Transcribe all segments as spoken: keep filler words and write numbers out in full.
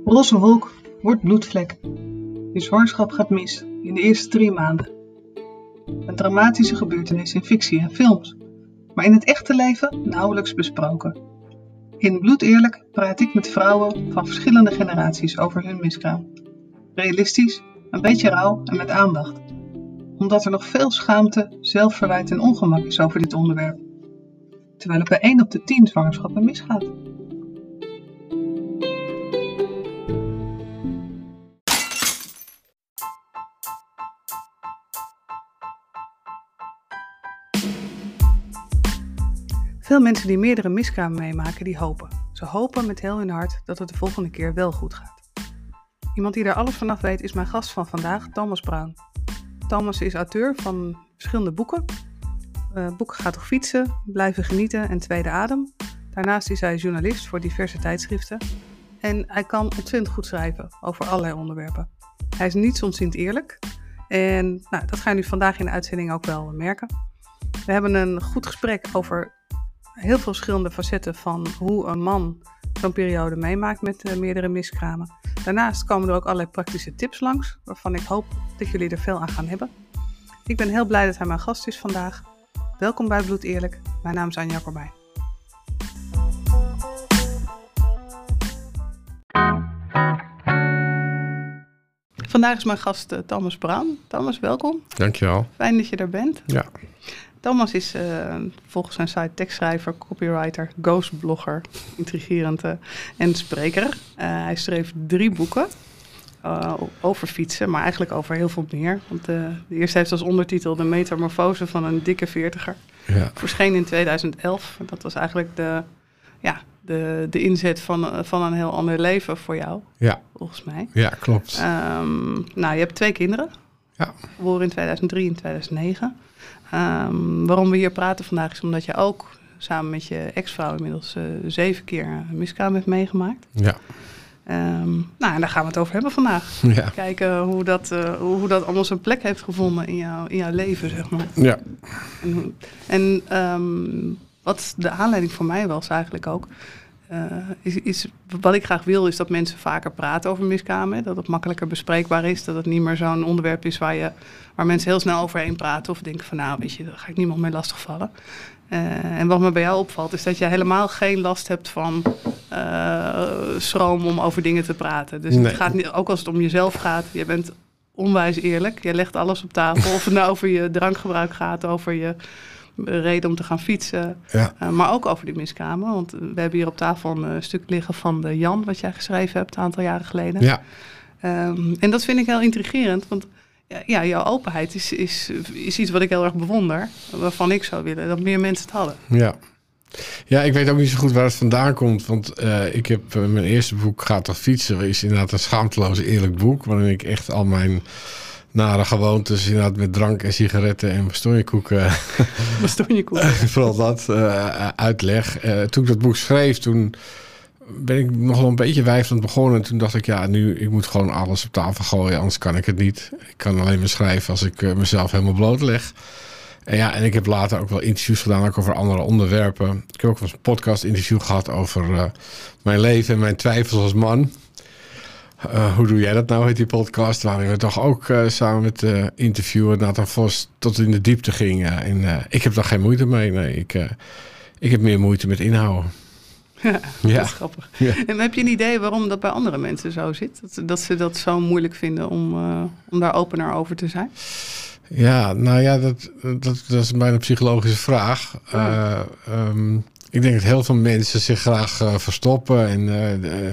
Roze wolk wordt bloedvlek. Je zwangerschap gaat mis in de eerste drie maanden. Een dramatische gebeurtenis in fictie en films, maar in het echte leven nauwelijks besproken. In Bloed Eerlijk praat ik met vrouwen van verschillende generaties over hun miskraam. Realistisch, een beetje rauw en met aandacht. Omdat er nog veel schaamte, zelfverwijt en ongemak is over dit onderwerp. Terwijl het bij één op de tien zwangerschappen misgaat. Veel mensen die meerdere miskramen meemaken, die hopen. Ze hopen met heel hun hart dat het de volgende keer wel goed gaat. Iemand die daar alles vanaf weet is mijn gast van vandaag, Thomas Brown. Thomas is auteur van verschillende boeken. Uh, boeken Gaat toch fietsen, Blijven genieten en Tweede adem. Daarnaast is hij journalist voor diverse tijdschriften. En hij kan ontzettend goed schrijven over allerlei onderwerpen. Hij is nietsontziend eerlijk. En nou, dat ga je nu vandaag in de uitzending ook wel merken. We hebben een goed gesprek over heel veel verschillende facetten van hoe een man zo'n periode meemaakt met uh, meerdere miskramen. Daarnaast komen er ook allerlei praktische tips langs, waarvan ik hoop dat jullie er veel aan gaan hebben. Ik ben heel blij dat hij mijn gast is vandaag. Welkom bij Bloed Eerlijk. Mijn naam is Anja Corbijn. Vandaag is mijn gast uh, Thomas Brown. Thomas, welkom. Dankjewel. Fijn dat je er bent. Ja. Thomas is uh, volgens zijn site tekstschrijver, copywriter, ghostblogger, intrigerend uh, en spreker. Uh, hij schreef drie boeken uh, over fietsen, maar eigenlijk over heel veel meer. Want uh, de eerste heeft als ondertitel De Metamorfose van een dikke veertiger. Ja. Verscheen in tweeduizend elf. Dat was eigenlijk de, ja, de, de inzet van, van een heel ander leven voor jou, Ja. volgens mij. Ja, klopt. Um, nou, je hebt twee kinderen. Ja. Geboren in tweeduizend drie en tweeduizend negen. Um, waarom we hier praten vandaag is omdat je ook samen met je ex-vrouw inmiddels uh, zeven keer een miskraam hebt meegemaakt. Ja. Um, nou, en daar gaan we het over hebben vandaag. Ja. Kijken hoe dat, uh, hoe dat allemaal zijn plek heeft gevonden in, jou, in jouw leven, zeg maar. Ja. En, en um, wat de aanleiding voor mij was eigenlijk ook, uh, is, is wat ik graag wil, is dat mensen vaker praten over miskramen. Dat het makkelijker bespreekbaar is. Dat het niet meer zo'n onderwerp is waar, je, waar mensen heel snel overheen praten. Of denken van nou, weet je, daar ga ik niemand mee lastigvallen. Uh, en wat me bij jou opvalt, is dat je helemaal geen last hebt van uh, schroom om over dingen te praten. Dus nee. het gaat niet, ook als het om jezelf gaat, je bent onwijs eerlijk. Je legt alles op tafel. Of het nou over je drankgebruik gaat, over je reden om te gaan fietsen. Ja. Uh, maar ook over die miskramen. Want we hebben hier op tafel een uh, stuk liggen van de Jan, wat jij geschreven hebt een aantal jaren geleden. Ja. Um, en dat vind ik heel intrigerend, want ja, jouw openheid is, is, is iets wat ik heel erg bewonder. Waarvan ik zou willen dat meer mensen het hadden. Ja. Ja, ik weet ook niet zo goed waar het vandaan komt. Want uh, ik heb uh, mijn eerste boek Gaat toch fietsen is inderdaad een schaamteloos eerlijk boek. Waarin ik echt al mijn nare gewoontes inderdaad met drank en sigaretten en bastonjekoeken. Bastonjekoeken. Vooral dat uh, uitleg. Uh, toen ik dat boek schreef, toen ben ik nog wel een beetje weifelend begonnen. En toen dacht ik, ja, nu, ik moet gewoon alles op tafel gooien. Anders kan ik het niet. Ik kan alleen maar schrijven als ik uh, mezelf helemaal blootleg. En ja, en ik heb later ook wel interviews gedaan, ook over andere onderwerpen. Ik heb ook wel eens een podcast interview gehad over uh, mijn leven en mijn twijfels als man. Uh, hoe doe jij dat nou, heet die podcast? Waarin we toch ook uh, samen met de uh, interviewer Nathan Vos tot in de diepte gingen. En uh, ik heb daar geen moeite mee. Nee, ik, uh, ik heb meer moeite met inhouden. Ja, ja. Dat is grappig. Ja. En heb je een idee waarom dat bij andere mensen zo zit? Dat, dat ze dat zo moeilijk vinden om, uh, om daar opener over te zijn? Ja, nou ja, dat, dat, dat is bijna een psychologische vraag. Ja. Uh, um, ik denk dat heel veel mensen zich graag uh, verstoppen en uh, de,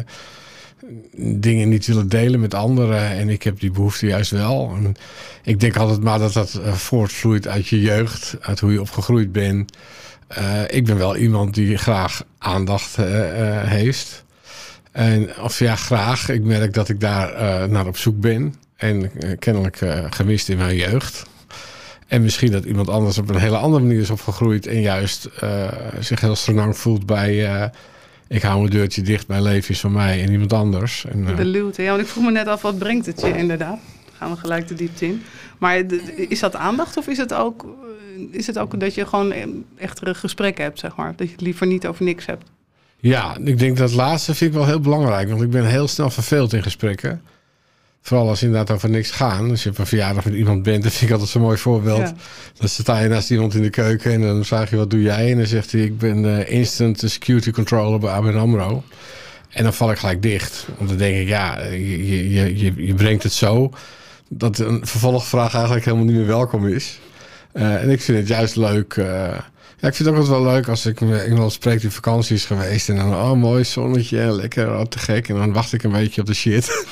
dingen niet willen delen met anderen. En ik heb die behoefte juist wel. En ik denk altijd maar dat dat uh, voortvloeit uit je jeugd, uit hoe je opgegroeid bent. Uh, ik ben wel iemand die graag aandacht uh, uh, heeft. En of ja, graag. Ik merk dat ik daar uh, naar op zoek ben. En uh, kennelijk uh, gemist in mijn jeugd. En misschien dat iemand anders op een hele andere manier is opgegroeid. En juist uh, zich heel strenang voelt bij Uh, ik hou mijn deurtje dicht, mijn leven is van mij en niemand anders. En, uh, de luwte. Ja, want ik vroeg me net af, wat brengt het je inderdaad? Dan gaan we gelijk de diepte in. Maar is dat aandacht of is het ook, is het ook dat je gewoon echt gesprekken hebt, zeg maar? Dat je het liever niet over niks hebt? Ja, ik denk dat laatste vind ik wel heel belangrijk. Want ik ben heel snel verveeld in gesprekken. Vooral als je inderdaad over niks gaan. Als je op een verjaardag met iemand bent, dat vind ik altijd zo'n mooi voorbeeld. Ja. Dan sta je naast iemand in de keuken en dan vraag je, wat doe jij? En dan zegt hij, ik ben uh, instant security controller bij A B N AMRO. En dan val ik gelijk dicht. Want dan denk ik, ja, je, je, je, je brengt het zo dat een vervolgvraag eigenlijk helemaal niet meer welkom is. Uh, en ik vind het juist leuk. Uh, ja, ik vind het ook altijd wel leuk als ik met iemand spreek die vakantie is geweest. En dan, oh, mooi zonnetje, lekker, oh, te gek. En dan wacht ik een beetje op de shit.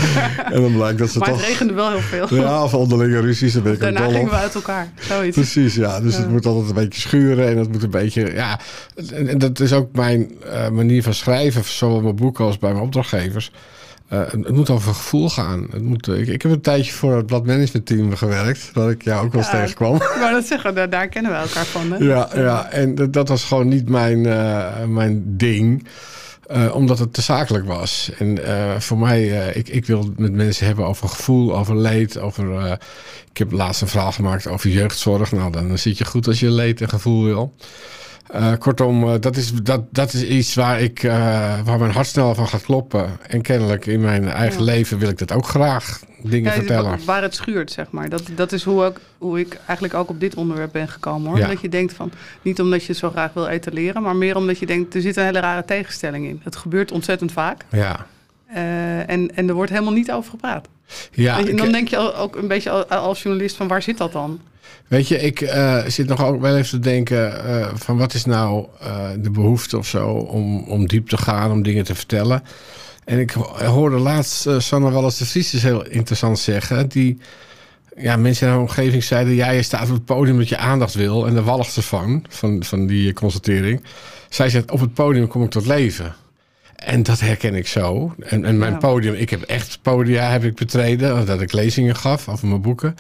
En dan blijkt dat ze maar toch... het regende wel heel veel. Ja, of onderlinge ruzies. Dan ben ik Daarna dol op. gingen we uit elkaar, zoiets. Precies, ja. Dus ja. Het moet altijd een beetje schuren. En het moet een beetje, ja... En dat is ook mijn uh, manier van schrijven. Zowel in mijn boeken als bij mijn opdrachtgevers. Uh, het moet over gevoel gaan. Het moet, ik, ik heb een tijdje voor het bladmanagementteam gewerkt, waar ik jou ook wel eens ja, tegenkwam. Maar dat zeggen, daar, daar kennen we elkaar van. Hè? Ja, ja, en dat, dat was gewoon niet mijn, uh, mijn ding, uh, omdat het te zakelijk was. En uh, voor mij, uh, ik, ik wil het met mensen hebben over gevoel, over leed, over... Uh, ik heb laatst een verhaal gemaakt over jeugdzorg. Nou, dan zit je goed als je leed en gevoel wil. Uh, kortom, uh, dat, is, dat, dat is iets waar, ik, uh, waar mijn hart snel van gaat kloppen. En kennelijk in mijn eigen ja. leven wil ik dat ook graag dingen ja, vertellen. Waar het schuurt, zeg maar. Dat, dat is hoe ik, hoe ik eigenlijk ook op dit onderwerp ben gekomen. Hoor. Ja. Dat je denkt van, niet omdat je het zo graag wil etaleren, maar meer omdat je denkt, er zit een hele rare tegenstelling in. Het gebeurt ontzettend vaak. Ja. Uh, en, en er wordt helemaal niet over gepraat. Ja, en dan ik, denk je ook een beetje als journalist van, waar zit dat dan? Weet je, ik uh, zit nog ook wel even te denken uh, van wat is nou uh, de behoefte of zo om, om diep te gaan, om dingen te vertellen. En ik hoorde laatst uh, Sanne Wallis de Vries dus heel interessant zeggen. Die, ja, mensen in haar omgeving zeiden, ja, je staat op het podium dat je aandacht wil. En daar walgt ze van, van, van die constatering. Zij zegt, op het podium kom ik tot leven. En dat herken ik zo. En, en mijn ja. podium, ik heb echt podia heb ik betreden, dat ik lezingen gaf over mijn boeken.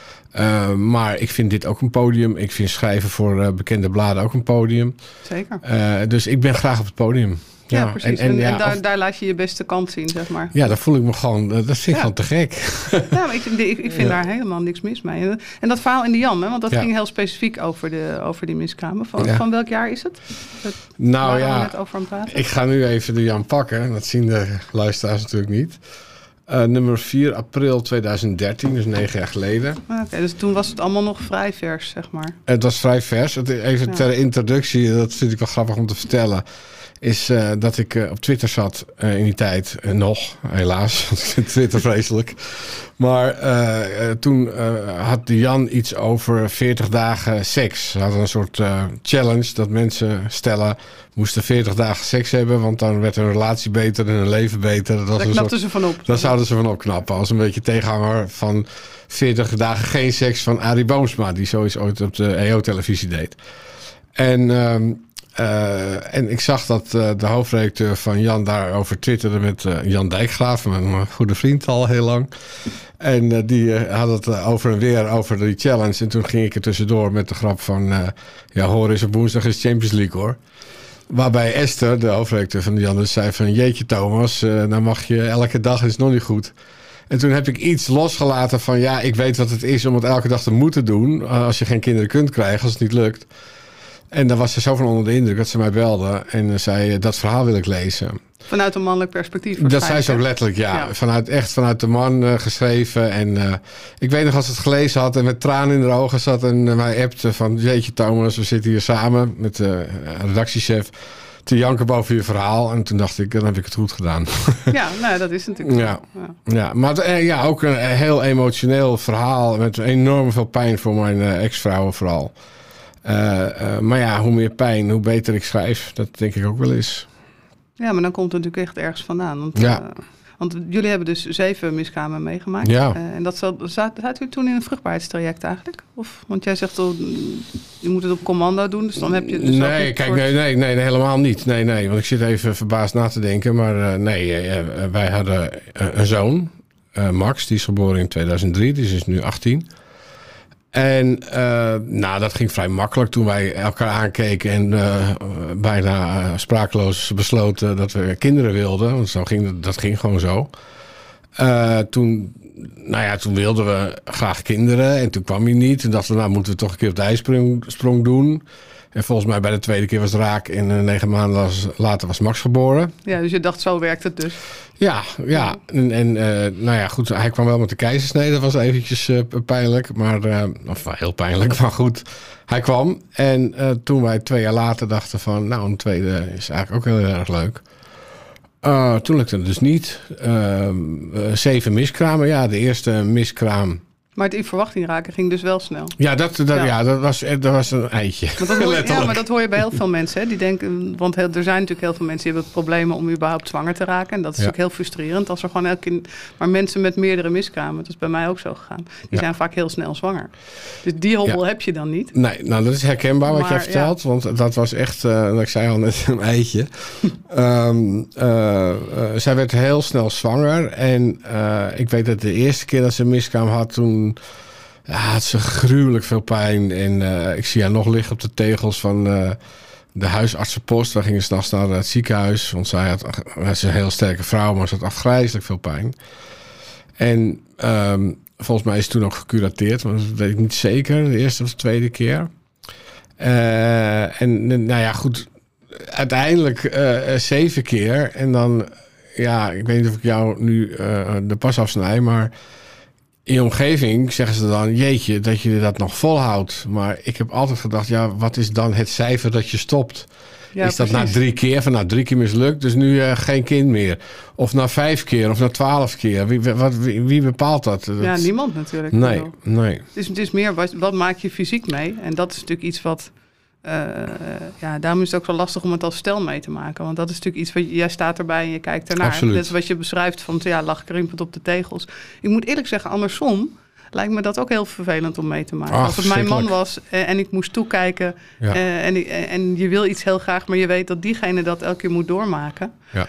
Uh, maar ik vind dit ook een podium. Ik vind schrijven voor uh, bekende bladen ook een podium. Zeker. Uh, dus ik ben graag op het podium. Ja, ja precies. En, en, en, ja, en daar, of, daar laat je je beste kant zien, zeg maar. Ja, dat voel ik me gewoon... Dat vind ik ja. gewoon te gek. Ja, maar ik, ik, ik vind ja. daar helemaal niks mis mee. En dat verhaal in de Jan, hè, want dat ja. ging heel specifiek over, de, over die miskramen. Van, ja. van welk jaar is het? Dat, nou ja, net over aan praten? Ik ga nu even de Jan pakken. Dat zien de luisteraars natuurlijk niet. Uh, nummer vier april tweeduizend dertien, dus negen jaar geleden. Oké, okay, dus toen was het allemaal nog vrij vers, zeg maar. Het was vrij vers. Het, even ja. ter introductie, dat vind ik wel grappig om te vertellen, is uh, dat ik uh, op Twitter zat uh, in die tijd. Uh, nog, helaas, want ik vind Twitter vreselijk. Maar uh, uh, toen uh, had Jan iets over veertig dagen seks. Ze hadden een soort uh, challenge dat mensen stellen, moesten veertig dagen seks hebben, want dan werd hun relatie beter en hun leven beter. Dat Daar knapten soort, ze van op. Daar zouden ze van opknappen. Als een beetje tegenhanger van veertig dagen geen seks van Arie Boomsma, die zoiets ooit op de E O-televisie deed. En... Um, Uh, en ik zag dat uh, de hoofdredacteur van Jan daarover twitterde met uh, Jan Dijkgraaf, mijn goede vriend al heel lang. En uh, die uh, had het uh, over en weer over die challenge. En toen ging ik er tussendoor met de grap van, uh, ja, hoor eens, op woensdag is Champions League, hoor. Waarbij Esther, de hoofdredacteur van Jan, dus zei van, jeetje Thomas, uh, nou mag je elke dag, is nog niet goed. En toen heb ik iets losgelaten van, ja, ik weet wat het is om het elke dag te moeten doen. Uh, als je geen kinderen kunt krijgen, als het niet lukt. En dan was ze zo van onder de indruk dat ze mij belde en zei, dat verhaal wil ik lezen. Vanuit een mannelijk perspectief. Dat zei ze ook letterlijk, ja. ja. Vanuit, echt vanuit de man uh, geschreven. En uh, ik weet nog als ze het gelezen had en met tranen in de ogen zat en uh, mij appte van, jeetje Thomas, we zitten hier samen met de uh, redactiechef te janken boven je verhaal. En toen dacht ik, dan heb ik het goed gedaan. Ja, nou, dat is natuurlijk ja. zo. Ja. Ja, maar uh, ja, ook een heel emotioneel verhaal met enorm veel pijn voor mijn uh, ex-vrouwen vooral. Uh, uh, maar ja, hoe meer pijn, hoe beter ik schrijf. Dat denk ik ook wel eens. Ja, maar dan komt het natuurlijk echt ergens vandaan. Want, ja. uh, want jullie hebben dus zeven miskramen meegemaakt. Ja. Uh, en dat zat, zat, zat u toen in een vruchtbaarheidstraject eigenlijk? Of, want jij zegt, oh, je moet het op commando doen, dus dan heb je dus nee, ook kijk, soort... nee, nee, nee, helemaal niet. Nee, nee, want ik zit even verbaasd na te denken. Maar uh, nee, uh, wij hadden uh, een zoon, uh, Max, die is geboren in tweeduizend drie. Die is nu achttien. En uh, nou, dat ging vrij makkelijk toen wij elkaar aankeken en uh, bijna uh, sprakeloos besloten dat we kinderen wilden. Want zo ging, dat ging gewoon zo. Uh, toen, nou ja, toen wilden we graag kinderen en toen kwam hij niet. Toen dachten we, nou moeten we toch een keer op de ijsprong sprong doen. En volgens mij bij de tweede keer was het raak. En uh, negen maanden was, later was Max geboren. Ja, dus je dacht, zo werkt het dus. Ja, ja. En, en uh, nou ja, goed. Hij kwam wel met de keizersnede. Dat was eventjes uh, pijnlijk. Maar, uh, of heel pijnlijk, maar goed. Hij kwam. En uh, toen wij twee jaar later dachten van... nou, een tweede is eigenlijk ook heel erg leuk. Uh, toen lukte het dus niet. Uh, uh, zeven miskramen. Ja, de eerste miskraam... Maar het in verwachting raken ging dus wel snel. Ja, dat, dat, ja. ja, dat, was, dat was een eitje. Maar dat hoor je, ja, maar dat hoor je bij heel veel mensen. Hè? Die denken, want heel, er zijn natuurlijk heel veel mensen die hebben problemen om überhaupt zwanger te raken. En dat is ja. natuurlijk heel frustrerend. Als er gewoon elke keer, maar mensen met meerdere miskramen, dat is bij mij ook zo gegaan. Die ja. zijn vaak heel snel zwanger. Dus die hobbel ja. heb je dan niet. Nee, nou dat is herkenbaar wat maar, jij vertelt. Ja. Want dat was echt, uh, ik zei al net, een eitje. um, uh, uh, zij werd heel snel zwanger. En uh, ik weet dat de eerste keer dat ze miskraam had, toen ja, had ze gruwelijk veel pijn. En uh, ik zie haar nog liggen op de tegels van uh, de huisartsenpost. We gingen 's nachts naar het ziekenhuis. Want zij had, zij is een heel sterke vrouw, maar ze had afgrijzelijk veel pijn. En um, volgens mij is ze toen ook gecurateerd. Maar dat weet ik niet zeker. De eerste of de tweede keer. Uh, en nou ja, goed. Uiteindelijk uh, zeven keer. En dan, ja, ik weet niet of ik jou nu uh, de pas afsnij, maar in je omgeving zeggen ze dan, jeetje, dat je dat nog volhoudt. Maar ik heb altijd gedacht, ja, wat is dan het cijfer dat je stopt? Ja, is dat precies. Na drie keer? Van nou, drie keer mislukt, dus nu uh, geen kind meer. Of na vijf keer, of na twaalf keer. Wie, wat, wie, wie bepaalt dat? dat? Ja, niemand natuurlijk. Nee, nee. Het is, het is meer, wat, wat maak je fysiek mee? En dat is natuurlijk iets wat... Uh, ja, daarom is het ook zo lastig om het als stel mee te maken. Want dat is natuurlijk iets wat jij staat erbij en je kijkt ernaar. Absoluut. Dat is wat je beschrijft van, ja, lag krimpend op de tegels. Ik moet eerlijk zeggen, andersom lijkt me dat ook heel vervelend om mee te maken. Ach, als het mijn man was en, en ik moest toekijken ja. uh, en, en je wil iets heel graag, maar je weet dat diegene dat elke keer moet doormaken. Ja,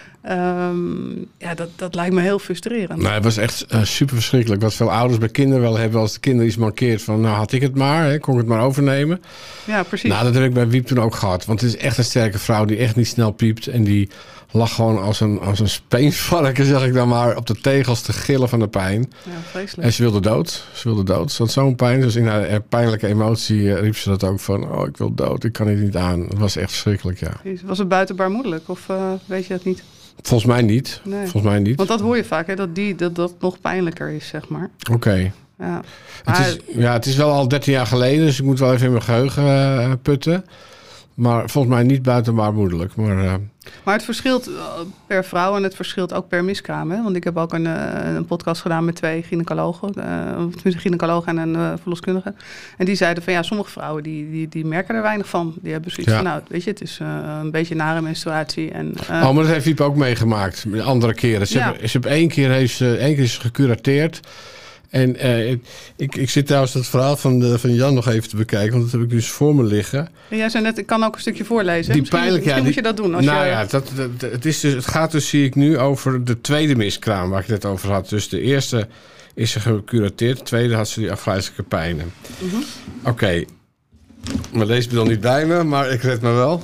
um, ja dat, dat lijkt me heel frustrerend. Nou, het was echt uh, super verschrikkelijk. Wat veel ouders bij kinderen wel hebben als de kinderen iets mankeert van, nou had ik het maar, hè, kon ik het maar overnemen. Ja, precies. Nou, dat heb ik bij Wiep toen ook gehad. Want het is echt een sterke vrouw die echt niet snel piept en die lag gewoon als een, als een speenvarken, zeg ik dan maar, op de tegels te gillen van de pijn. Ja, vreselijk. En ze wilde dood. Ze wilde dood. Ze had zo'n pijn. Dus in haar pijnlijke emotie uh, riep ze dat ook van, oh, ik wil dood. Ik kan hier niet aan. Het was echt verschrikkelijk, ja. Was het buitenbaarmoedelijk of uh, weet je dat niet? Volgens mij niet. Nee. Volgens mij niet. Want dat hoor je vaak, hè, dat, die, dat dat nog pijnlijker is, zeg maar. Oké. Okay. Ja. Het is, ja, het is wel al dertien jaar geleden, dus ik moet wel even in mijn geheugen uh, putten. Maar volgens mij niet buitenbaarmoedelijk. Maar, uh... maar het verschilt per vrouw en het verschilt ook per miskraam. Hè? Want ik heb ook een, een podcast gedaan met twee gynaecologen. Uh, een gynaecoloog en een uh, verloskundige. En die zeiden van ja, sommige vrouwen die, die, die merken er weinig van. Die hebben zoiets ja. van nou, weet je, het is uh, een beetje nare menstruatie. En, uh... oh, maar dat heeft Wiep ook meegemaakt. Andere keren. Ze, ja. hebben, ze hebben één keer, heeft ze, één keer is ze gecurateerd. En uh, ik, ik zit trouwens het verhaal van, de, van Jan nog even te bekijken, want dat heb ik dus voor me liggen. En jij zei net, ik kan ook een stukje voorlezen. Die misschien pijnlijk, misschien ja, moet die, je dat doen. Als nou je... ja, dat, dat, het, is dus, het gaat dus, zie ik nu, over de tweede miskraam waar ik het over had. Dus de eerste is ze gecurateerd, de tweede had ze die afgrijzelijke pijnen. Mm-hmm. Oké, okay. Maar lees me dan niet bij me, maar ik red me wel.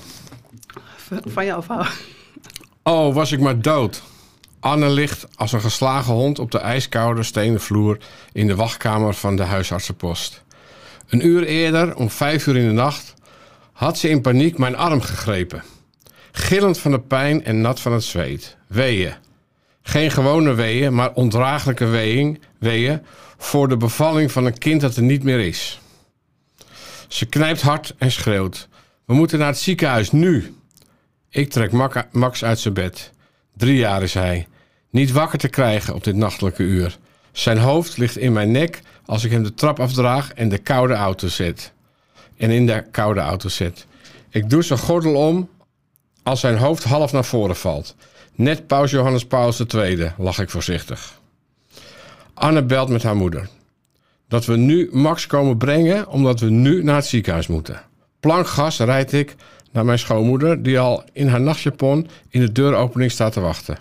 Van jou vrouw. Oh, was ik maar dood. Anne ligt als een geslagen hond op de ijskoude stenen vloer in de wachtkamer van de huisartsenpost. Een uur eerder, om vijf uur in de nacht, had ze in paniek mijn arm gegrepen. Gillend van de pijn en nat van het zweet. Weeën. Geen gewone weeën, maar ondraaglijke weeën, weeën voor de bevalling van een kind dat er niet meer is. Ze knijpt hard en schreeuwt. We moeten naar het ziekenhuis, nu. Ik trek Max uit zijn bed. Drie jaar is hij. Niet wakker te krijgen op dit nachtelijke uur. Zijn hoofd ligt in mijn nek als ik hem de trap afdraag en de koude auto zet. En in de koude auto zet. Ik doe zijn gordel om als zijn hoofd half naar voren valt. Net paus Johannes Paulus de Tweede, lach ik voorzichtig. Anne belt met haar moeder. Dat we nu Max komen brengen omdat we nu naar het ziekenhuis moeten. Plankgas rijd ik naar mijn schoonmoeder die al in haar nachtjapon in de deuropening staat te wachten.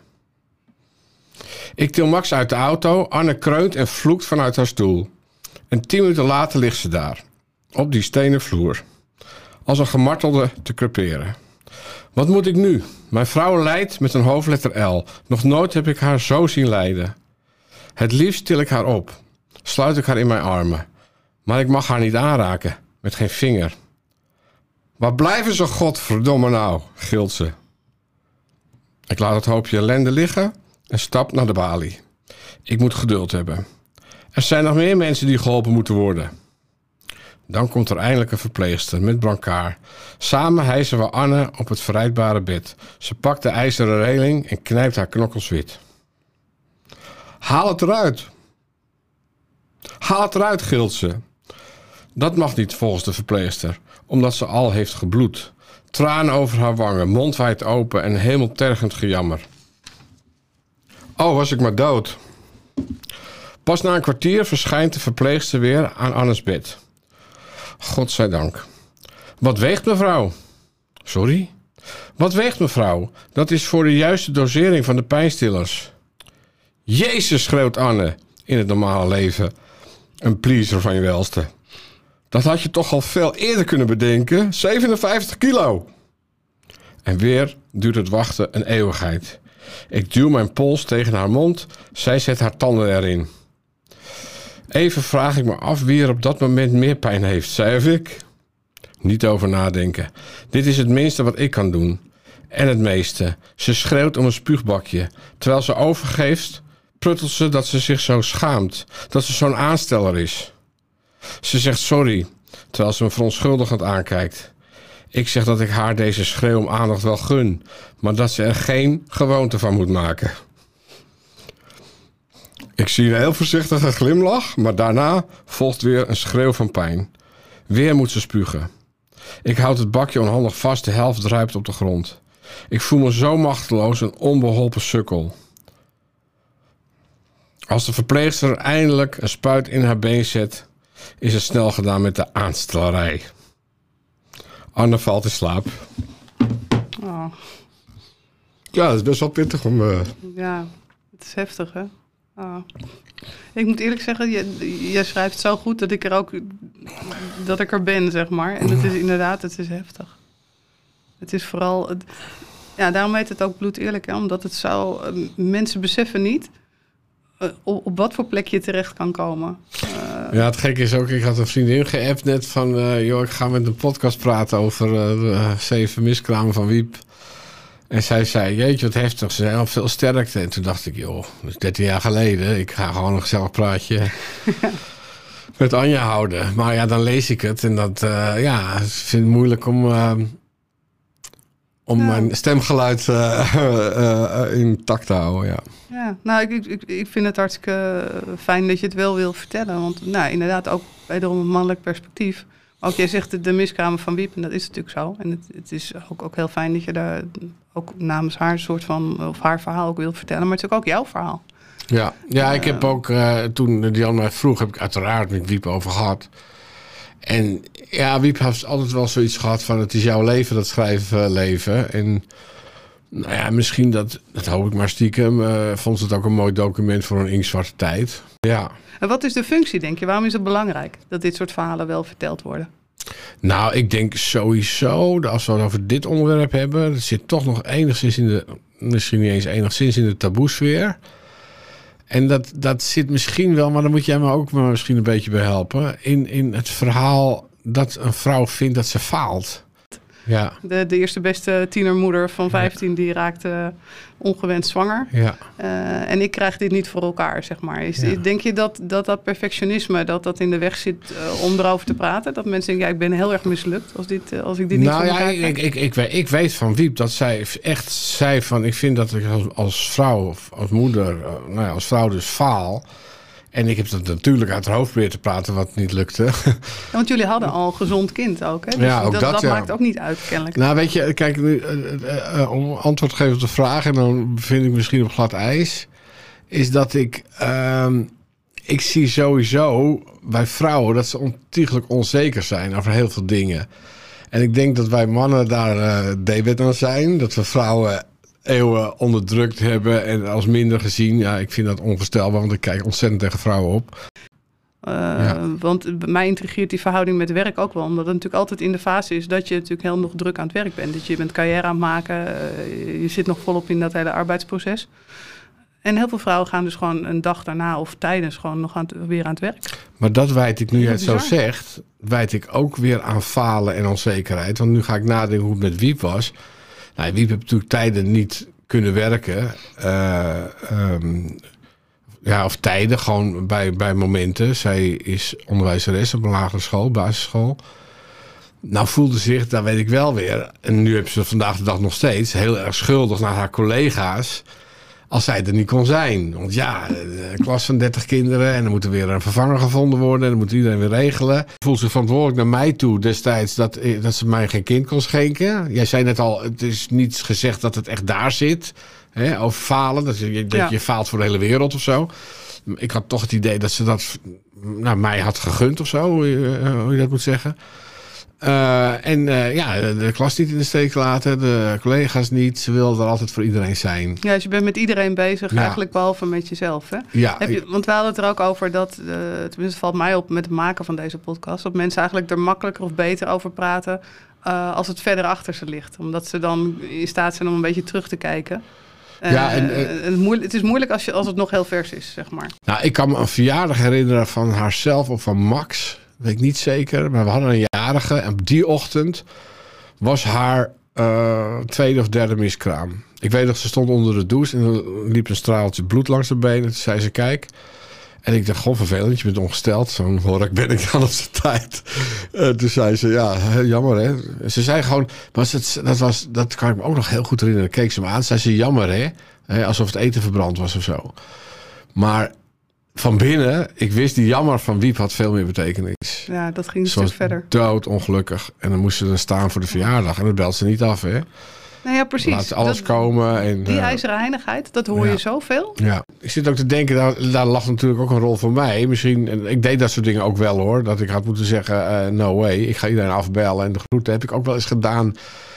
Ik til Max uit de auto. Anne kreunt en vloekt vanuit haar stoel. En tien minuten later ligt ze daar. Op die stenen vloer. Als een gemartelde te creperen. Wat moet ik nu? Mijn vrouw lijdt met een hoofdletter L. Nog nooit heb ik haar zo zien lijden. Het liefst til ik haar op. Sluit ik haar in mijn armen. Maar ik mag haar niet aanraken. Met geen vinger. Waar blijven ze godverdomme nou, gilt ze. Ik laat het hoopje ellende liggen en stap naar de balie. Ik moet geduld hebben. Er zijn nog meer mensen die geholpen moeten worden. Dan komt er eindelijk een verpleegster met brancard. Samen hijsen we Anne op het verrijdbare bed. Ze pakt de ijzeren reling en knijpt haar knokkels wit. Haal het eruit. Haal het eruit, gilt ze. Dat mag niet volgens de verpleegster, omdat ze al heeft gebloed. Tranen over haar wangen, mond wijd open en hemeltergend gejammer. Oh, was ik maar dood. Pas na een kwartier verschijnt de verpleegster weer aan Annes bed. Godzijdank. Wat weegt mevrouw? Sorry? Wat weegt mevrouw? Dat is voor de juiste dosering van de pijnstillers. Jezus, schreeuwt Anne in het normale leven. Een pleaser van je welste. Dat had je toch al veel eerder kunnen bedenken. zevenenvijftig kilo. En weer duurt het wachten een eeuwigheid. Ik duw mijn pols tegen haar mond. Zij zet haar tanden erin. Even vraag ik me af wie er op dat moment meer pijn heeft, zei ik. Niet over nadenken. Dit is het minste wat ik kan doen. En het meeste. Ze schreeuwt om een spuugbakje. Terwijl ze overgeeft, pruttelt ze dat ze zich zo schaamt. Dat ze zo'n aansteller is. Ze zegt sorry, terwijl ze me verontschuldigend aankijkt. Ik zeg dat ik haar deze schreeuw om aandacht wel gun, maar dat ze er geen gewoonte van moet maken. Ik zie een heel voorzichtige glimlach, maar daarna volgt weer een schreeuw van pijn. Weer moet ze spugen. Ik houd het bakje onhandig vast, de helft druipt op de grond. Ik voel me zo machteloos, een onbeholpen sukkel. Als de verpleegster eindelijk een spuit in haar been zet, is het snel gedaan met de aanstellerij. Anne valt in slaap. Oh. Ja, dat is best wel pittig om... Uh... Ja, het is heftig, hè? Oh. Ik moet eerlijk zeggen, je, je schrijft zo goed dat ik er ook dat ik er ben, zeg maar. En het is inderdaad, het is heftig. Het is vooral... Het, ja, daarom heet het ook bloed eerlijk, hè? Omdat het zo... Uh, mensen beseffen niet uh, op, op wat voor plek je terecht kan komen. Uh, ja, het gekke is ook, ik had een vriendin geappt net van... Uh, joh, ik ga met een podcast praten over uh, de zeven miskramen van Wiep. En zij zei, jeetje, wat heftig. Ze zei, al veel sterkte. En toen dacht ik, joh, dat is dertien jaar geleden. Ik ga gewoon een gezellig praatje met Anja houden. Maar ja, dan lees ik het. En dat, uh, ja, ik vind het moeilijk om, uh, om ja. mijn stemgeluid uh, uh, uh, intact te houden, ja. Ja, nou, ik, ik, ik vind het hartstikke fijn dat je het wel wil vertellen. Want nou, inderdaad, ook wederom een mannelijk perspectief. Ook jij zegt de, de miskramen van Wiep, en dat is natuurlijk zo. En het, het is ook, ook heel fijn dat je daar ook namens haar soort van, of haar verhaal ook wilt vertellen. Maar het is ook, ook jouw verhaal. Ja, ja, ik uh, heb ook, uh, toen Dian mij vroeg, heb ik uiteraard met Wiep over gehad. En ja, Wiep heeft altijd wel zoiets gehad van, het is jouw leven, dat schrijfleven. En nou ja, misschien, dat, dat hoop ik maar stiekem, uh, vond ze het ook een mooi document voor een inktzwarte tijd. Ja. En wat is de functie, denk je? Waarom is het belangrijk dat dit soort verhalen wel verteld worden? Nou, ik denk sowieso, als we het over dit onderwerp hebben, dat zit toch nog enigszins in de, misschien niet eens enigszins in de taboesfeer. En dat, dat zit misschien wel, maar dan moet jij me ook maar misschien een beetje bij helpen, in, in het verhaal dat een vrouw vindt dat ze faalt. Ja. De, de eerste beste tienermoeder van vijftien, ja. Die raakte ongewenst zwanger. Ja. Uh, en ik krijg dit niet voor elkaar, zeg maar. Is, Ja. Denk je dat, dat dat perfectionisme, dat dat in de weg zit uh, om erover te praten? Dat mensen denken, ja, ik ben heel erg mislukt als, dit, uh, als ik dit niet nou, voor elkaar ja, krijg? ik, ik, ik, weet, ik weet van Wiep dat zij echt zei van, ik vind dat ik als, als vrouw of als moeder, uh, nou ja, als vrouw dus faal. En ik heb dat natuurlijk uit haar hoofd proberen te praten, wat niet lukte. Ja, want jullie hadden al een gezond kind ook, hè? Dus ja, ook dat, dat, dat ja. maakt ook niet uit, kennelijk. Nou, weet je, kijk, nu, uh, uh, uh, om antwoord te geven op de vraag, en dan bevind ik misschien op glad ijs, is dat ik, uh, ik zie sowieso bij vrouwen dat ze ontiegelijk onzeker zijn over heel veel dingen. En ik denk dat wij mannen daar uh, debet aan zijn, dat we vrouwen eeuwen onderdrukt hebben en als minder gezien. Ja, ik vind dat onvoorstelbaar, want ik kijk ontzettend tegen vrouwen op. Uh, Ja. Want mij intrigeert die verhouding met werk ook wel. Omdat het natuurlijk altijd in de fase is dat je natuurlijk heel nog druk aan het werk bent. Dat je bent carrière aan het maken. Uh, je zit nog volop in dat hele arbeidsproces. En heel veel vrouwen gaan dus gewoon een dag daarna of tijdens gewoon nog aan het, weer aan het werk. Maar dat wijd ik, nu jij het zo bizar. zegt, wijd ik ook weer aan falen en onzekerheid. Want nu ga ik nadenken hoe het met Wiep was. Nou, Wiep heeft natuurlijk tijden niet kunnen werken. Uh, um, ja, of tijden, gewoon bij, bij momenten. Zij is onderwijzeres op een lagere school, basisschool. Nou voelde zich, dat weet ik wel weer, en nu hebben ze vandaag de dag nog steeds, heel erg schuldig naar haar collega's als zij er niet kon zijn. Want ja, een klas van dertig kinderen en dan moet er weer een vervanger gevonden worden en dan moet iedereen weer regelen. Voelt zich verantwoordelijk naar mij toe destijds dat, dat ze mij geen kind kon schenken. Jij zei net al, het is niet gezegd dat het echt daar zit, hè, over falen, dat je, dat ja. je faalt voor de hele wereld of zo. Ik had toch het idee dat ze dat nou, mij had gegund of zo, hoe je, hoe je dat moet zeggen. Uh, en uh, ja, de klas niet in de steek laten, de collega's niet. Ze wilden er altijd voor iedereen zijn. Ja, dus je bent met iedereen bezig, ja. eigenlijk behalve met jezelf. Hè? Ja. Heb je, want we hadden het er ook over dat, uh, tenminste valt mij op met het maken van deze podcast, dat mensen eigenlijk er makkelijker of beter over praten uh, als het verder achter ze ligt. Omdat ze dan in staat zijn om een beetje terug te kijken. Uh, ja, en, uh, het, moeilijk, het is moeilijk als, je, als het nog heel vers is, zeg maar. Nou, ik kan me een verjaardag herinneren van haarzelf of van Max. Weet ik niet zeker, maar we hadden een jarige. En op die ochtend was haar uh, tweede of derde miskraam. Ik weet nog, ze stond onder de douche en er liep een straaltje bloed langs de benen. Toen zei ze, kijk. En ik dacht, goh, vervelend, je bent ongesteld. Zo'n hork ben ik dan op zijn tijd. Uh, toen zei ze, ja, jammer hè. Ze zei gewoon, was het, dat, was, dat kan ik me ook nog heel goed herinneren. Keek ze me aan, zei ze, jammer hè. hè alsof het eten verbrand was of zo. Maar van binnen, ik wist die jammer van Wiep had veel meer betekenis. Ja, dat ging een Ze was stuk verder. doodongelukkig. En dan moest ze dan staan voor de verjaardag. En dat belt ze niet af, hè. Nou ja, precies. Laat alles dat, komen. En, die uh, ijzeren heinigheid, dat hoor ja. je zoveel. Ja. Ik zit ook te denken, daar, daar lag natuurlijk ook een rol voor mij. Misschien, en ik deed dat soort dingen ook wel hoor. Dat ik had moeten zeggen, uh, no way. Ik ga iedereen afbellen. En de groeten heb ik ook wel eens gedaan.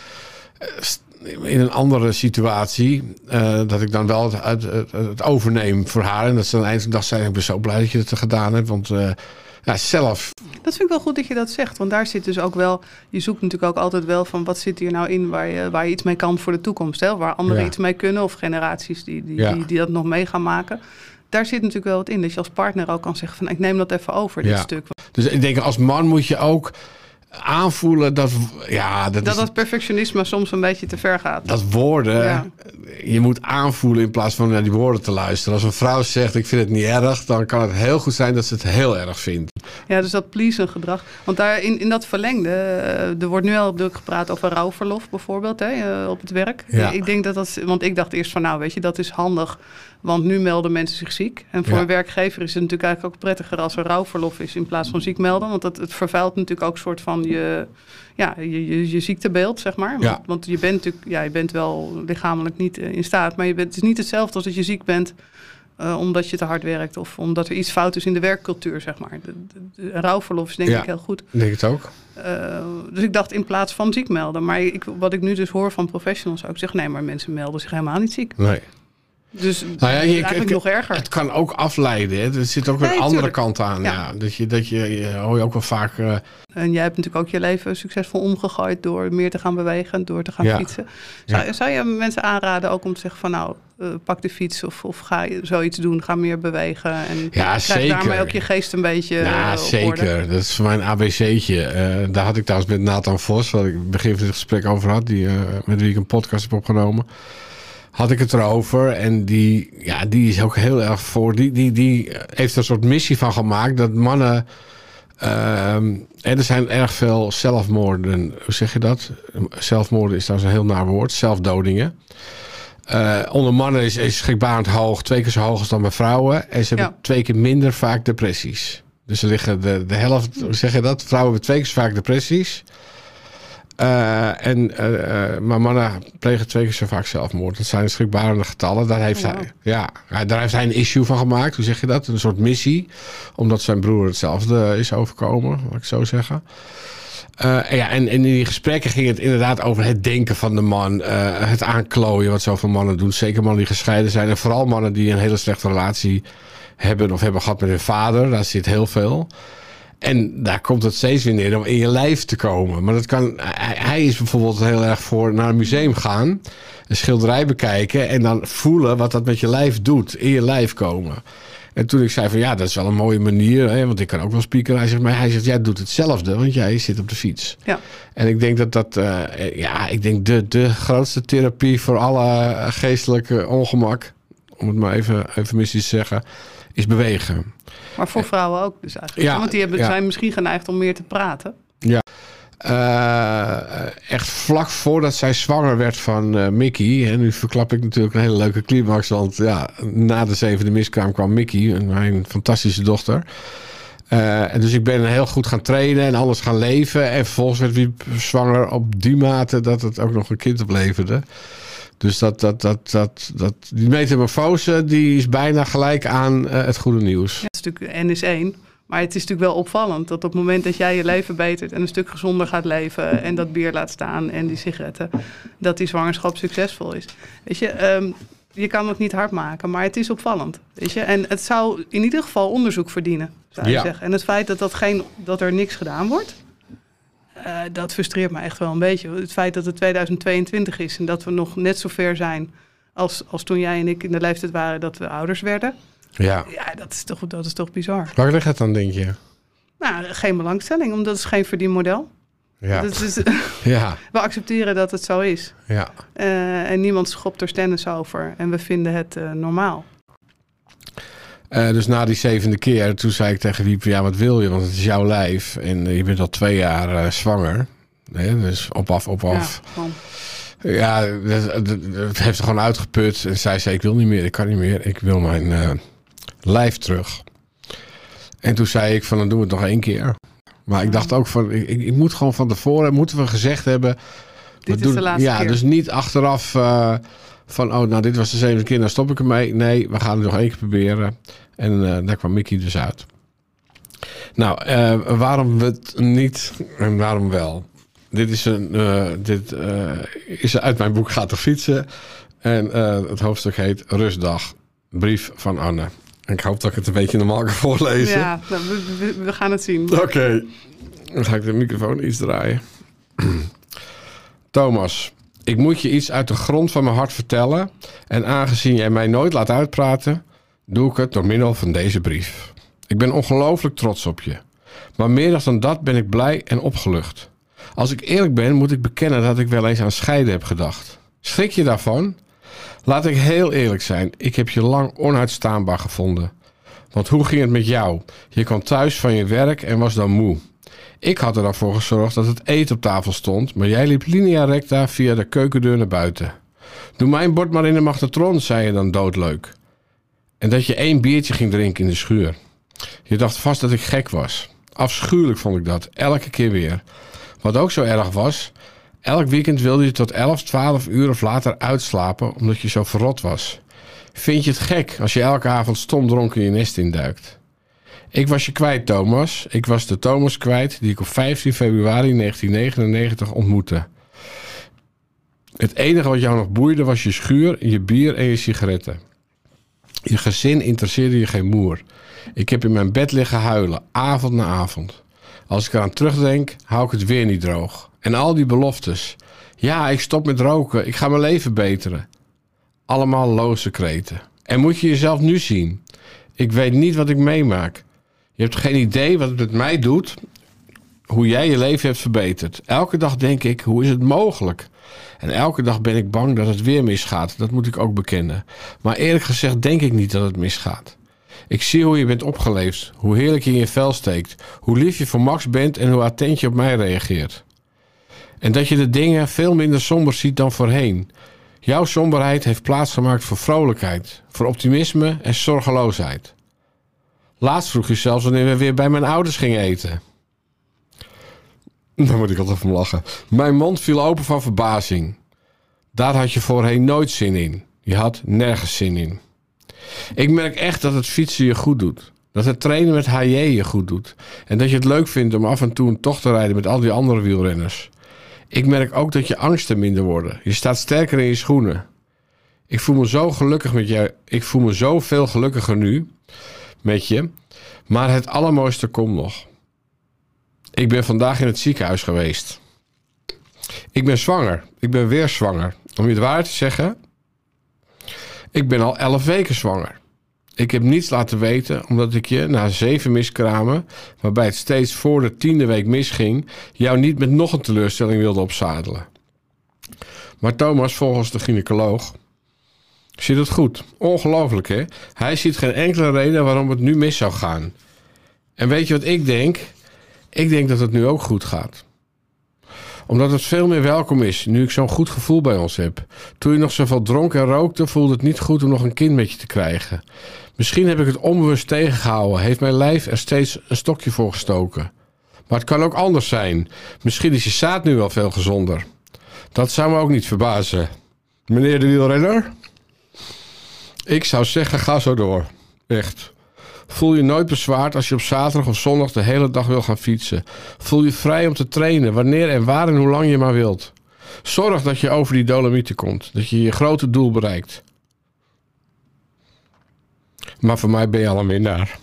Uh, in een andere situatie. Uh, dat ik dan wel het, het, het, het overneem voor haar. En dat ze dan eindelijk dag zei, ik ben zo blij dat je het gedaan hebt. Want uh, ja, zelf. Dat vind ik wel goed dat je dat zegt. Want daar zit dus ook wel, je zoekt natuurlijk ook altijd wel van wat zit hier nou in waar je, waar je iets mee kan voor de toekomst. Hè? Waar anderen Ja. iets mee kunnen of generaties die, die, Ja. die, die dat nog mee gaan maken. Daar zit natuurlijk wel wat in. Dat je als partner ook kan zeggen van ik neem dat even over, dit Ja. stuk. Dus ik denk, als man moet je ook aanvoelen dat, ja, dat, Dat is, dat perfectionisme soms een beetje te ver gaat. dat woorden, Ja. je moet aanvoelen in plaats van naar die woorden te luisteren. Als een vrouw zegt, ik vind het niet erg, dan kan het heel goed zijn dat ze het heel erg vindt. Ja, dus dat pleasen gedrag. Want daar in, in dat verlengde, uh, er wordt nu al druk gepraat over rouwverlof bijvoorbeeld, hè, uh, op het werk. Ja. Ik denk dat dat, want ik dacht eerst van nou, weet je, dat is handig. Want nu melden mensen zich ziek. En voor Ja. een werkgever is het natuurlijk eigenlijk ook prettiger als er rouwverlof is in plaats van ziek melden. Want dat, het vervuilt natuurlijk ook een soort van je, ja, je, je, je ziektebeeld, zeg maar. Want, Ja. want je bent natuurlijk, ja, je bent wel lichamelijk niet uh, in staat. Maar je bent, het is niet hetzelfde als dat je ziek bent uh, omdat je te hard werkt. Of omdat er iets fout is in de werkcultuur, zeg maar. De, de, de rouwverlof is denk Ja. ik heel goed. Ik denk het ook. Uh, dus ik dacht in plaats van ziek melden. Maar ik, wat ik nu dus hoor van professionals zou ik zeggen, nee, maar mensen melden zich helemaal niet ziek. Nee. Dus Nou ja, je, eigenlijk ik, nog erger. Het kan ook afleiden. Hè. Er zit ook Nee, een andere tuurlijk. kant aan. Ja. Ja. Dat je, dat je, je hoor je ook wel vaak. Uh, En jij hebt natuurlijk ook je leven succesvol omgegooid door meer te gaan bewegen, door te gaan Ja. fietsen. Zou, Ja. zou je mensen aanraden ook om te zeggen van nou, uh, pak de fiets of, of ga je zoiets doen, ga meer bewegen. En Ja, krijg zeker. daarmee ook je geest een beetje ja, uh, op zeker. orde. Dat is voor mij een A B C'tje. Uh, daar had ik trouwens met Nathan Vos, waar ik begin van dit gesprek over had, die, uh, met wie ik een podcast heb opgenomen. Had ik het erover. En die, ja, die is ook heel erg voor. Die, die, die heeft er een soort missie van gemaakt dat mannen. Uh, en er zijn erg veel zelfmoorden. Hoe zeg je dat? Zelfmoorden is trouwens een heel naar woord. Zelfdodingen. Uh, onder mannen is, is schrikbarend hoog. Twee keer zo hoog als dan bij vrouwen. En ze hebben Ja. twee keer minder vaak depressies. Dus ze liggen de, de helft. Hoe zeg je dat? Vrouwen hebben twee keer zo vaak depressies. Uh, en, uh, maar mannen plegen twee keer zo vaak zelfmoord. Dat zijn schrikbarende getallen. Daar heeft, Oh, wow. hij, ja, daar heeft hij een issue van gemaakt. Hoe zeg je dat? Een soort missie. Omdat zijn broer hetzelfde is overkomen. Laat ik zo zeggen. Uh, en, ja, en, en in die gesprekken ging het inderdaad over het denken van de man. Uh, het aanklooien wat zoveel mannen doen. Zeker mannen die gescheiden zijn. En vooral mannen die een hele slechte relatie hebben of hebben gehad met hun vader. Daar zit heel veel. En daar komt het steeds weer neer om in je lijf te komen. Maar dat kan, hij, hij is bijvoorbeeld heel erg voor naar een museum gaan, een schilderij bekijken en dan voelen wat dat met je lijf doet, in je lijf komen. En toen ik zei van ja, dat is wel een mooie manier, hè, want ik kan ook wel spieken. Hij zegt, maar hij zegt, jij doet hetzelfde, want jij zit op de fiets. Ja. En ik denk dat dat, uh, ja, ik denk de, de grootste therapie voor alle geestelijke ongemak, om het maar even eufemistisch te zeggen, is bewegen. Maar voor vrouwen ook dus eigenlijk. Ja, Want die hebben, ja. zijn misschien geneigd om meer te praten. Ja. Uh, echt vlak voordat zij zwanger werd van uh, Mickey. En nu verklap ik natuurlijk een hele leuke climax. Want ja, na de zevende miskraam kwam Mickey, mijn fantastische dochter. Uh, en dus ik ben heel goed gaan trainen en alles gaan leven. En vervolgens werd Wiep zwanger op die mate dat het ook nog een kind opleverde. Dus dat, dat, dat, dat, dat, die metamorfose die is bijna gelijk aan uh, het goede nieuws. Ja, het is natuurlijk N is één. Maar het is natuurlijk wel opvallend dat op het moment dat jij je leven betert en een stuk gezonder gaat leven en dat bier laat staan en die sigaretten, dat die zwangerschap succesvol is. Weet je, um, je kan het niet hard maken, maar het is opvallend. Weet je? En het zou in ieder geval onderzoek verdienen, zou je ja. zeggen. En het feit dat, dat, geen, dat er niks gedaan wordt, uh, dat frustreert me echt wel een beetje. Het feit dat het tweeduizend tweeëntwintig is en dat we nog net zo ver zijn als, als toen jij en ik in de leeftijd waren dat we ouders werden. Ja, ja dat, is toch, dat is toch bizar. Waar ligt het dan, denk je? Nou, geen belangstelling, omdat het is geen verdienmodel. Ja. Dat is, ja. We accepteren dat het zo is. Ja. Uh, en niemand schopt er stennis over. En we vinden het uh, normaal. Uh, dus na die zevende keer, toen zei ik tegen Wiep, ja, wat wil je? Want het is jouw lijf. En uh, je bent al twee jaar uh, zwanger. Nee, dus op af, op af. Ja, gewoon. Ja, het, het heeft er gewoon uitgeput. En zij zei, ik wil niet meer, ik kan niet meer. Ik wil mijn uh, lijf terug. En toen zei ik van, dan doen we het nog één keer. Maar ik dacht ook van, ik, ik moet gewoon van tevoren, moeten we gezegd hebben. Dit is doen, de laatste ja, keer. Dus niet achteraf uh, van, oh, nou, dit was de zevende keer, dan stop ik ermee. Nee, we gaan het nog één keer proberen. En uh, daar kwam Mickey dus uit. Nou, uh, waarom we het niet en waarom wel? Dit is, een, uh, dit, uh, is uit mijn boek Gaat toch fietsen. En uh, het hoofdstuk heet Rustdag. Brief van Anne. En ik hoop dat ik het een beetje normaal kan voorlezen. Ja, nou, we, we, we gaan het zien. Oké. Okay. Dan ga ik de microfoon iets draaien. Thomas, ik moet je iets uit de grond van mijn hart vertellen. En aangezien jij mij nooit laat uitpraten, doe ik het door middel van deze brief. Ik ben ongelooflijk trots op je. Maar meer dan dat ben ik blij en opgelucht. Als ik eerlijk ben, moet ik bekennen dat ik wel eens aan scheiden heb gedacht. Schrik je daarvan? Laat ik heel eerlijk zijn. Ik heb je lang onuitstaanbaar gevonden. Want hoe ging het met jou? Je kwam thuis van je werk en was dan moe. Ik had er dan voor gezorgd dat het eten op tafel stond, maar jij liep linea recta via de keukendeur naar buiten. Doe mijn bord maar in de magnetron, zei je dan doodleuk. En dat je één biertje ging drinken in de schuur. Je dacht vast dat ik gek was. Afschuwelijk vond ik dat, elke keer weer. Wat ook zo erg was, elk weekend wilde je tot elf, twaalf uur of later uitslapen omdat je zo verrot was. Vind je het gek als je elke avond stom dronken je nest induikt? Ik was je kwijt, Thomas. Ik was de Thomas kwijt die ik op vijftien februari negentien negenennegentig ontmoette. Het enige wat jou nog boeide was je schuur, je bier en je sigaretten. Je gezin interesseerde je geen moer. Ik heb in mijn bed liggen huilen, avond na avond. Als ik eraan terugdenk, hou ik het weer niet droog. En al die beloftes. Ja, ik stop met roken, ik ga mijn leven beteren. Allemaal loze kreten. En moet je jezelf nu zien? Ik weet niet wat ik meemaak. Je hebt geen idee wat het met mij doet, hoe jij je leven hebt verbeterd. Elke dag denk ik, hoe is het mogelijk? En elke dag ben ik bang dat het weer misgaat. Dat moet ik ook bekennen. Maar eerlijk gezegd denk ik niet dat het misgaat. Ik zie hoe je bent opgeleefd, hoe heerlijk je in je vel steekt, hoe lief je voor Max bent en hoe attent je op mij reageert. En dat je de dingen veel minder somber ziet dan voorheen. Jouw somberheid heeft plaatsgemaakt voor vrolijkheid, voor optimisme en zorgeloosheid. Laatst vroeg je zelfs wanneer we weer bij mijn ouders gingen eten. Daar moet ik altijd van lachen. Mijn mond viel open van verbazing. Daar had je voorheen nooit zin in. Je had nergens zin in. Ik merk echt dat het fietsen je goed doet. Dat het trainen met H J je goed doet. En dat je het leuk vindt om af en toe een tocht te rijden met al die andere wielrenners. Ik merk ook dat je angsten minder worden. Je staat sterker in je schoenen. Ik voel me zo gelukkig met jou. Ik voel me zo veel gelukkiger nu met je. Maar het allermooiste komt nog. Ik ben vandaag in het ziekenhuis geweest. Ik ben zwanger. Ik ben weer zwanger. Om je de waarheid te zeggen, ik ben al elf weken zwanger. Ik heb niets laten weten, omdat ik je na zeven miskramen, waarbij het steeds voor de tiende week misging, jou niet met nog een teleurstelling wilde opzadelen. Maar Thomas, volgens de gynaecoloog, zit het goed. Ongelooflijk, hè? Hij ziet geen enkele reden waarom het nu mis zou gaan. En weet je wat ik denk? Ik denk dat het nu ook goed gaat. Omdat het veel meer welkom is, nu ik zo'n goed gevoel bij ons heb. Toen je nog zoveel dronk en rookte, voelde het niet goed om nog een kind met je te krijgen. Misschien heb ik het onbewust tegengehouden, heeft mijn lijf er steeds een stokje voor gestoken. Maar het kan ook anders zijn. Misschien is je zaad nu wel veel gezonder. Dat zou me ook niet verbazen. Meneer de wielrenner? Ik zou zeggen, ga zo door. Echt. Voel je nooit bezwaard als je op zaterdag of zondag de hele dag wil gaan fietsen. Voel je vrij om te trainen, wanneer en waar en hoe lang je maar wilt. Zorg dat je over die Dolomieten komt. Dat je je grote doel bereikt. Maar voor mij ben je al een winnaar.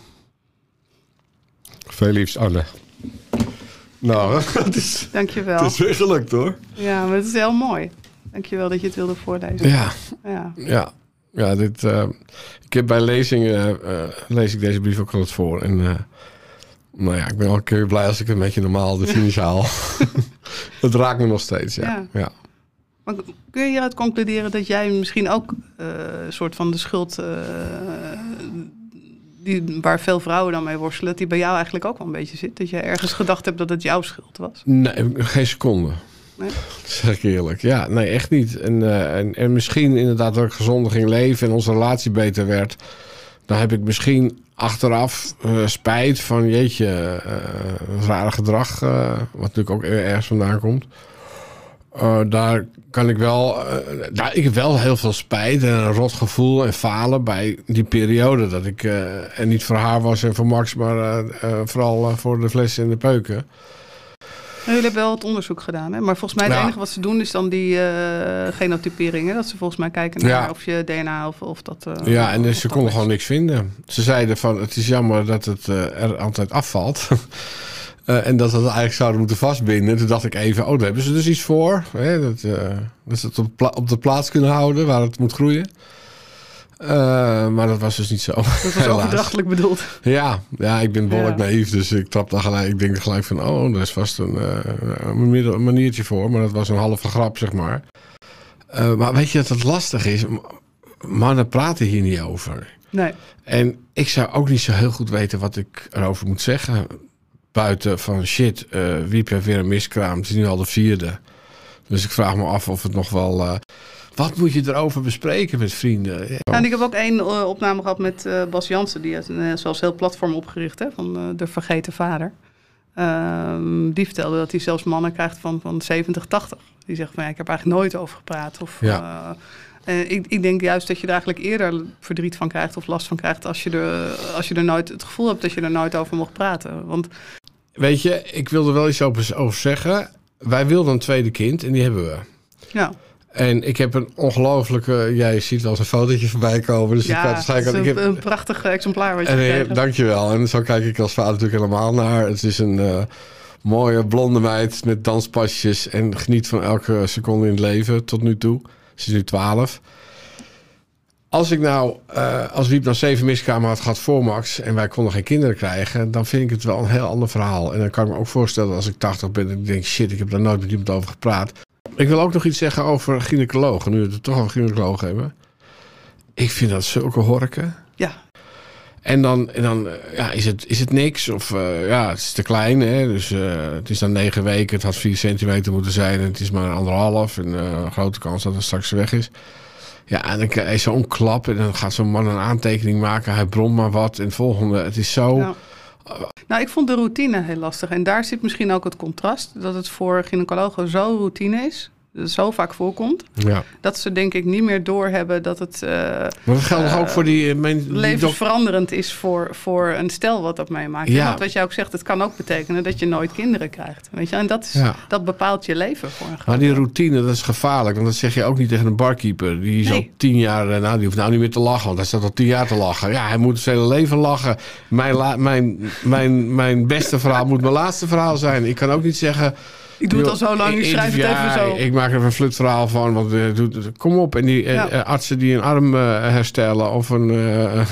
Veel liefst, Anne. Nou, het is, Dankjewel. het is weer gelukt, hoor. Ja, maar het is heel mooi. Dankjewel dat je het wilde voorlezen. Ja, Ja. ja. Ja, dit, uh, ik heb bij lezingen uh, lees ik deze brief ook altijd voor. En uh, nou ja, ik ben elke keer blij als ik een beetje normaal de finish haal. Het raakt me nog steeds, ja. Ja. ja. Maar kun je hieruit concluderen dat jij misschien ook uh, een soort van de schuld, uh, die, waar veel vrouwen dan mee worstelen, dat die bij jou eigenlijk ook wel een beetje zit? Dat jij ergens gedacht hebt dat het jouw schuld was? Nee, geen seconde. Nee? Dat zeg ik eerlijk. Ja, nee, echt niet. En, uh, en, en misschien inderdaad dat ik gezonder ging leven en onze relatie beter werd. Dan heb ik misschien achteraf uh, spijt van jeetje, uh, rare gedrag, uh, wat natuurlijk ook ergens vandaan komt. Uh, daar kan ik wel, uh, daar, ik heb wel heel veel spijt en een rot gevoel en falen bij die periode. Dat ik uh, er niet voor haar was en voor Max, maar uh, uh, vooral uh, voor de flessen en de peuken. Jullie hebben wel het onderzoek gedaan, hè? Maar volgens mij het Ja. enige wat ze doen is dan die uh, genotypering. Hè? Dat ze volgens mij kijken naar Ja. of je D N A of, of dat... Uh, Ja, en dus of ze dat konden is. gewoon niks vinden. Ze zeiden van, het is jammer dat het uh, er altijd afvalt. uh, en dat we het eigenlijk zouden moeten vastbinden. Toen dacht ik even, oh, daar hebben ze dus iets voor. Hè? Dat, uh, dat ze het op, pla- op de plaats kunnen houden waar het moet groeien. Uh, maar dat was dus niet zo. Dat was overdrachtelijk bedoeld. Ja, ja, ik ben behoorlijk Ja. naïef, dus ik trap daar gelijk. Ik denk gelijk van, oh, er is vast een, uh, een middel- een maniertje voor. Maar dat was een halve grap, zeg maar. Uh, maar weet je dat het lastig is? Mannen praten hier niet over. Nee. En ik zou ook niet zo heel goed weten wat ik erover moet zeggen. Buiten van shit, uh, Wiep heeft weer een miskraam. Het is nu al de vierde. Dus ik vraag me af of het nog wel... Uh, wat moet je erover bespreken met vrienden? Ja. Nou, en ik heb ook één uh, opname gehad met uh, Bas Jansen. Die heeft een uh, zelfs heel platform opgericht, hè, van uh, de vergeten vader. Uh, die vertelde dat hij zelfs mannen krijgt van, van zeventig, tachtig. Die zeggen van ja, ik heb er eigenlijk nooit over gepraat. Of, Ja. uh, uh, ik, ik denk juist dat je er eigenlijk eerder verdriet van krijgt of last van krijgt als je er, als je er nooit het gevoel hebt dat je er nooit over mocht praten. Want Weet je, ik wil er wel iets over, over zeggen. Wij wilden een tweede kind en die hebben we. ja, En ik heb een ongelofelijke... Jij ziet wel eens een fotootje voorbij komen. Dus ik ja kan het is waarschijnlijk... een, ik heb, een prachtig exemplaar wat je en, eh, gekregen hebt. dankjewel. En zo kijk ik als vader natuurlijk helemaal naar. Het is een uh, mooie blonde meid met danspasjes. En geniet van elke seconde in het leven tot nu toe. Ze is nu twaalf. Als ik nou, uh, als Wiep nou zeven miskramen had gehad voor Max en wij konden geen kinderen krijgen, dan vind ik het wel een heel ander verhaal. En dan kan ik me ook voorstellen als ik tachtig ben en ik denk, shit, ik heb daar nooit met iemand over gepraat. Ik wil ook nog iets zeggen over gynaecologen, nu we het toch over gynaecologen hebben. Ik vind dat zulke horken. Ja, En dan, en dan uh, ja, is, het, is het niks. Of uh, ja, het is te klein. Hè? Dus uh, het is dan negen weken. Het had vier centimeter moeten zijn. En het is maar een anderhalf. En uh, een grote kans dat het straks weg is. Ja, en dan krijg je zo'n klap. En dan gaat zo'n man een aantekening maken. Hij bromt maar wat. En het volgende. Het is zo... ja. Nou, ik vond de routine heel lastig. En daar zit misschien ook het contrast. Dat het voor gynaecologen zo routine is. zo vaak voorkomt. Ja. Dat ze denk ik niet meer doorhebben dat het... Uh, maar dat geldt uh, ook voor die... Mijn, die levensveranderend is voor, voor een stel wat dat meemaakt. Ja. Want wat jij ook zegt, het kan ook betekenen dat je nooit kinderen krijgt. Weet je? En dat, is, ja. dat bepaalt je leven voor een groot. Maar die routine, dat is gevaarlijk. Want dat zeg je ook niet tegen een barkeeper. Die is nee. al tien jaar... Nou, die hoeft nou niet meer te lachen. Want hij staat al tien jaar te lachen. Ja, hij moet zijn hele leven lachen. Mijn, la, mijn, mijn, mijn beste verhaal moet mijn laatste verhaal zijn. Ik kan ook niet zeggen... Ik doe het al zo lang, ik schrijf het ja, even zo. Ik maak er een flutverhaal van. Want, uh, doe, kom op. En die ja. uh, artsen die een arm uh, herstellen... of een, uh,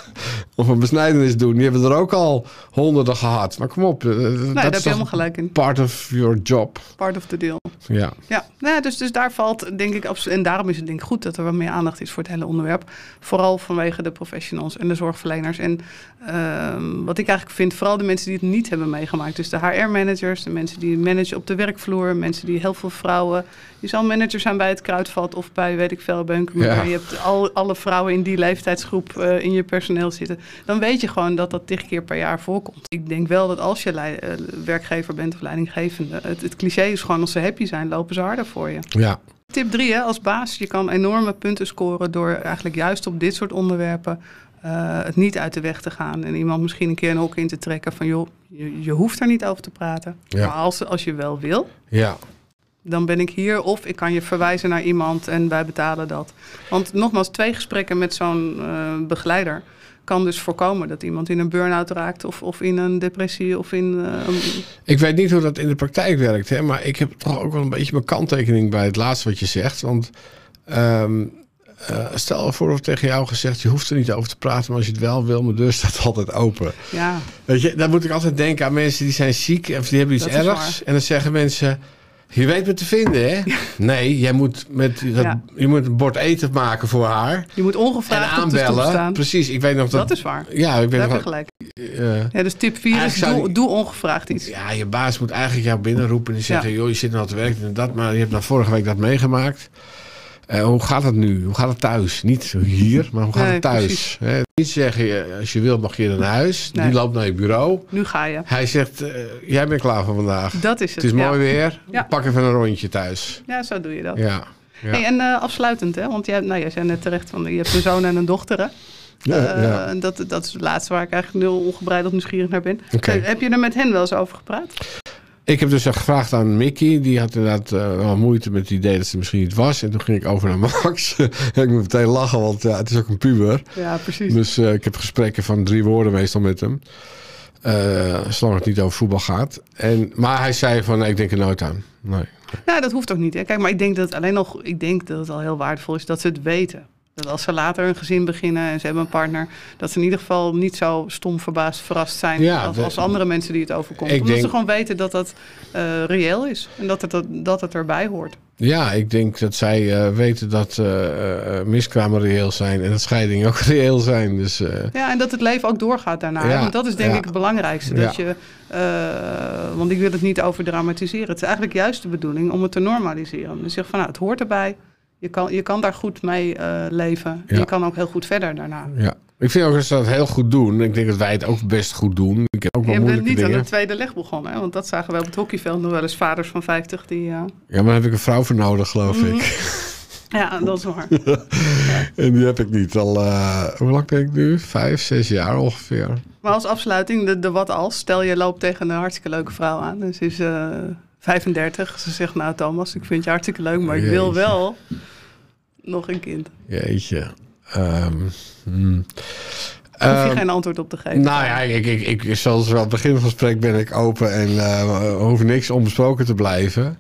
of een besnijdenis doen... die hebben er ook al honderden gehad. Maar kom op. Uh, nee, dat daar heb is je helemaal gelijk in. Part of your job. Part of the deal. Ja. Ja, nou, dus, dus daar valt denk ik... en daarom is het denk ik goed dat er wat meer aandacht is... voor het hele onderwerp. Vooral vanwege de professionals en de zorgverleners. En uh, wat ik eigenlijk vind... vooral de mensen die het niet hebben meegemaakt. Dus de H R-managers, de mensen die managen op de werkvloer... mensen die heel veel vrouwen... Je zal manager zijn bij het Kruidvat of bij, weet ik veel, Beunken. Ja. Je hebt al, alle vrouwen in die leeftijdsgroep uh, in je personeel zitten. Dan weet je gewoon dat dat tig keer per jaar voorkomt. Ik denk wel dat als je lei, uh, werkgever bent of leidinggevende... Het, het cliché is gewoon als ze happy zijn, lopen ze harder voor je. Ja. Tip drie, hè, als baas, je kan enorme punten scoren... door eigenlijk juist op dit soort onderwerpen... Uh, het niet uit de weg te gaan. En iemand misschien een keer een hok in te trekken van... joh, je, je hoeft er niet over te praten. Ja. Maar als, als je wel wil... Ja. Dan ben ik hier of ik kan je verwijzen naar iemand en wij betalen dat. Want nogmaals, twee gesprekken met zo'n uh, begeleider... kan dus voorkomen dat iemand in een burn-out raakt... of, of in een depressie of in... Uh, een... Ik weet niet hoe dat in de praktijk werkt, hè, maar ik heb toch ook wel een beetje mijn kanttekening... bij het laatste wat je zegt. Want um, uh, stel voor of tegen jou gezegd... je hoeft er niet over te praten, maar als je het wel wil... mijn deur staat altijd open. Ja. Weet je, dan moet ik altijd denken aan mensen die zijn ziek... of die hebben iets ergs. En dan zeggen mensen... Je weet me te vinden, hè? Ja. Nee, jij moet met dat, ja. je moet een bord eten maken voor haar. Je moet ongevraagd en aanbellen. Op de stoep staan. Precies, ik weet nog dat... Dat is waar. Ja, ik weet Daar nog heb je gelijk. Uh, ja, dus tip vier is, doe, doe ongevraagd iets. Ja, je baas moet eigenlijk jou binnenroepen en zeggen... Ja. joh, je zit nou te werken en dat, maar je hebt nou vorige week dat meegemaakt. Uh, hoe gaat het nu? Hoe gaat het thuis? Niet hier, maar hoe gaat nee, het thuis? He, niet zeggen, als je wilt mag je naar huis. Nee. Die loopt naar je bureau. Nu ga je. Hij zegt, uh, jij bent klaar voor vandaag. Dat is het. Het is ja. mooi weer. Ja. Pak even een rondje thuis. Ja, zo doe je dat. Ja. Ja. Hey, en uh, afsluitend, hè? Want jij, nou, jij zei net terecht, van, je hebt een zoon en een dochter, hè? Ja, uh, ja. Dat, dat is het laatste waar ik eigenlijk heel ongebreideld nieuwsgierig naar ben. Okay. Heb je er met hen wel eens over gepraat? Ik heb dus gevraagd aan Mickey. Die had inderdaad uh, wel moeite met het idee dat ze misschien niet was. En toen ging ik over naar Max. Ik moet meteen lachen, want ja, het is ook een puber. Ja, precies. Dus uh, ik heb gesprekken van drie woorden meestal met hem. Uh, zolang het niet over voetbal gaat. En, maar hij zei van, nee, ik denk er nooit aan. Nee. Nou, dat hoeft ook niet. Hè? Kijk, maar ik denk dat het alleen nog, ik denk dat het al heel waardevol is dat ze het weten. Dat als ze later een gezin beginnen en ze hebben een partner... dat ze in ieder geval niet zo stom verbaasd verrast zijn... Ja, als, de, als andere mensen die het overkomt. Omdat denk, ze gewoon weten dat dat uh, reëel is. En dat het, dat het erbij hoort. Ja, ik denk dat zij uh, weten dat uh, uh, miskramen reëel zijn... en dat scheidingen ook reëel zijn. Dus, uh, ja, en dat het leven ook doorgaat daarna. Ja, want dat is denk ja. ik het belangrijkste. Dat ja. je, uh, want ik wil het niet overdramatiseren. Het is eigenlijk juist de bedoeling om het te normaliseren. Dus zeg van, nou, het hoort erbij... Je kan, je kan daar goed mee uh, leven. Ja. Je kan ook heel goed verder daarna. Ja. Ik vind ook dat ze dat heel goed doen. Ik denk dat wij het ook best goed doen. Ik heb ook wel je moeilijke bent niet dingen. aan de tweede leg begonnen. Hè? Want dat zagen we op het hockeyveld nog wel eens vaders van vijftig. Die, uh... Ja, maar daar heb ik een vrouw voor nodig, geloof mm-hmm. ik. Ja, dat is waar. Ja. En die heb ik niet al... Uh, hoe lang ben ik nu? Vijf, zes jaar ongeveer. Maar als afsluiting, de, de wat als. Stel je loopt tegen een hartstikke leuke vrouw aan. Dus is uh, vijfendertig. Ze zegt, nou Thomas, ik vind je hartstikke leuk. Maar ik wil wel... Nog een kind. Jeetje. Um, hmm. Hoef je um, geen antwoord op te geven? Nou ja, ik, ik, ik, zoals wel het begin van het gesprek ben ik open en uh, hoef niks onbesproken te blijven.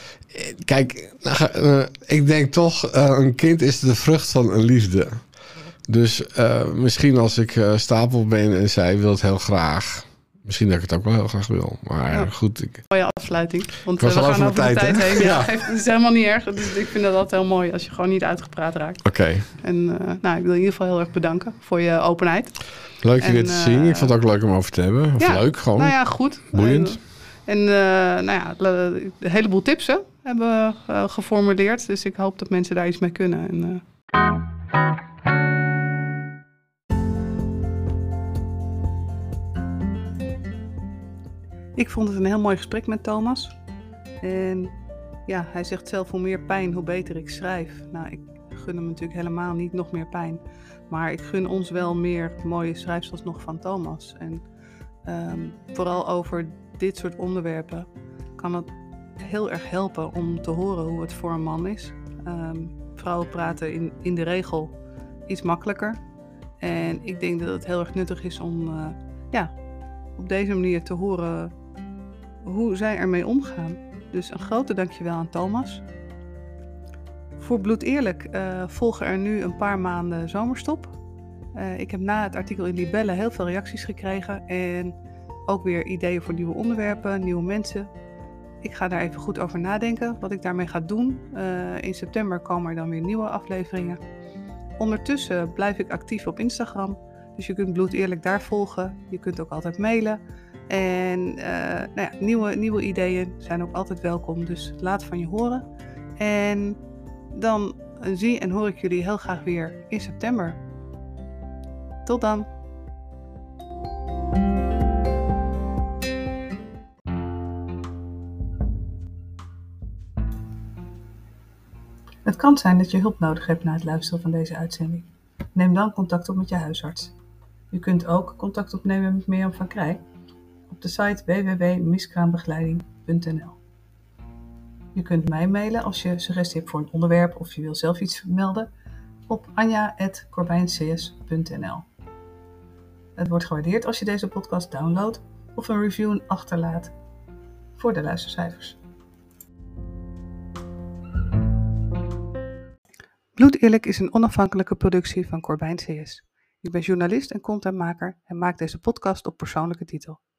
Kijk, uh, ik denk toch, uh, een kind is de vrucht van een liefde. Dus uh, misschien als ik uh, stapel ben en zij wil het heel graag... Misschien dat ik het ook wel heel graag wil. Maar ja. goed. Ik... Mooie afsluiting. Want we gaan over de tijd, tijd heen. Ja, ja. Geeft, het is helemaal niet erg. Dus ik vind dat altijd heel mooi als je gewoon niet uitgepraat raakt. Oké. Okay. En uh, nou, ik wil in ieder geval heel erg bedanken voor je openheid. Leuk je weer te uh, zien. Ik vond het ook leuk om over te hebben. Of ja, leuk, gewoon. Nou ja, goed. Boeiend. En, en uh, nou ja, een heleboel tips hè, hebben we uh, geformuleerd. Dus ik hoop dat mensen daar iets mee kunnen. En, uh... Ik vond het een heel mooi gesprek met Thomas. En ja, hij zegt zelf hoe meer pijn, hoe beter ik schrijf. Nou, ik gun hem natuurlijk helemaal niet nog meer pijn. Maar ik gun ons wel meer mooie schrijfsels nog van Thomas. En um, vooral over dit soort onderwerpen kan het heel erg helpen om te horen hoe het voor een man is. Um, vrouwen praten in, in de regel iets makkelijker. En ik denk dat het heel erg nuttig is om uh, ja, op deze manier te horen hoe zij ermee omgaan. Dus een grote dankjewel aan Thomas. Voor Bloed Eerlijk uh, volgen er nu een paar maanden zomerstop. Uh, ik heb na het artikel in Libelle heel veel reacties gekregen en ook weer ideeën voor nieuwe onderwerpen, nieuwe mensen. Ik ga daar even goed over nadenken wat ik daarmee ga doen. Uh, in september komen er dan weer nieuwe afleveringen. Ondertussen blijf ik actief op Instagram, dus je kunt Bloed Eerlijk daar volgen. Je kunt ook altijd mailen. En uh, nou ja, nieuwe, nieuwe ideeën zijn ook altijd welkom, dus laat van je horen. En dan zie en hoor ik jullie heel graag weer in september. Tot dan! Het kan zijn dat je hulp nodig hebt na het luisteren van deze uitzending. Neem dan contact op met je huisarts. Je kunt ook contact opnemen met Mirjam van Krij op de site w w w punt miskraambegeleiding punt n l. Je kunt mij mailen als je suggestie hebt voor een onderwerp of je wil zelf iets melden op anja apenstaartje corbijncs punt n l. Het wordt gewaardeerd als je deze podcast downloadt of een review achterlaat voor de luistercijfers. Bloed Eerlijk is een onafhankelijke productie van Corbijn C S. Ik ben journalist en contentmaker en maak deze podcast op persoonlijke titel.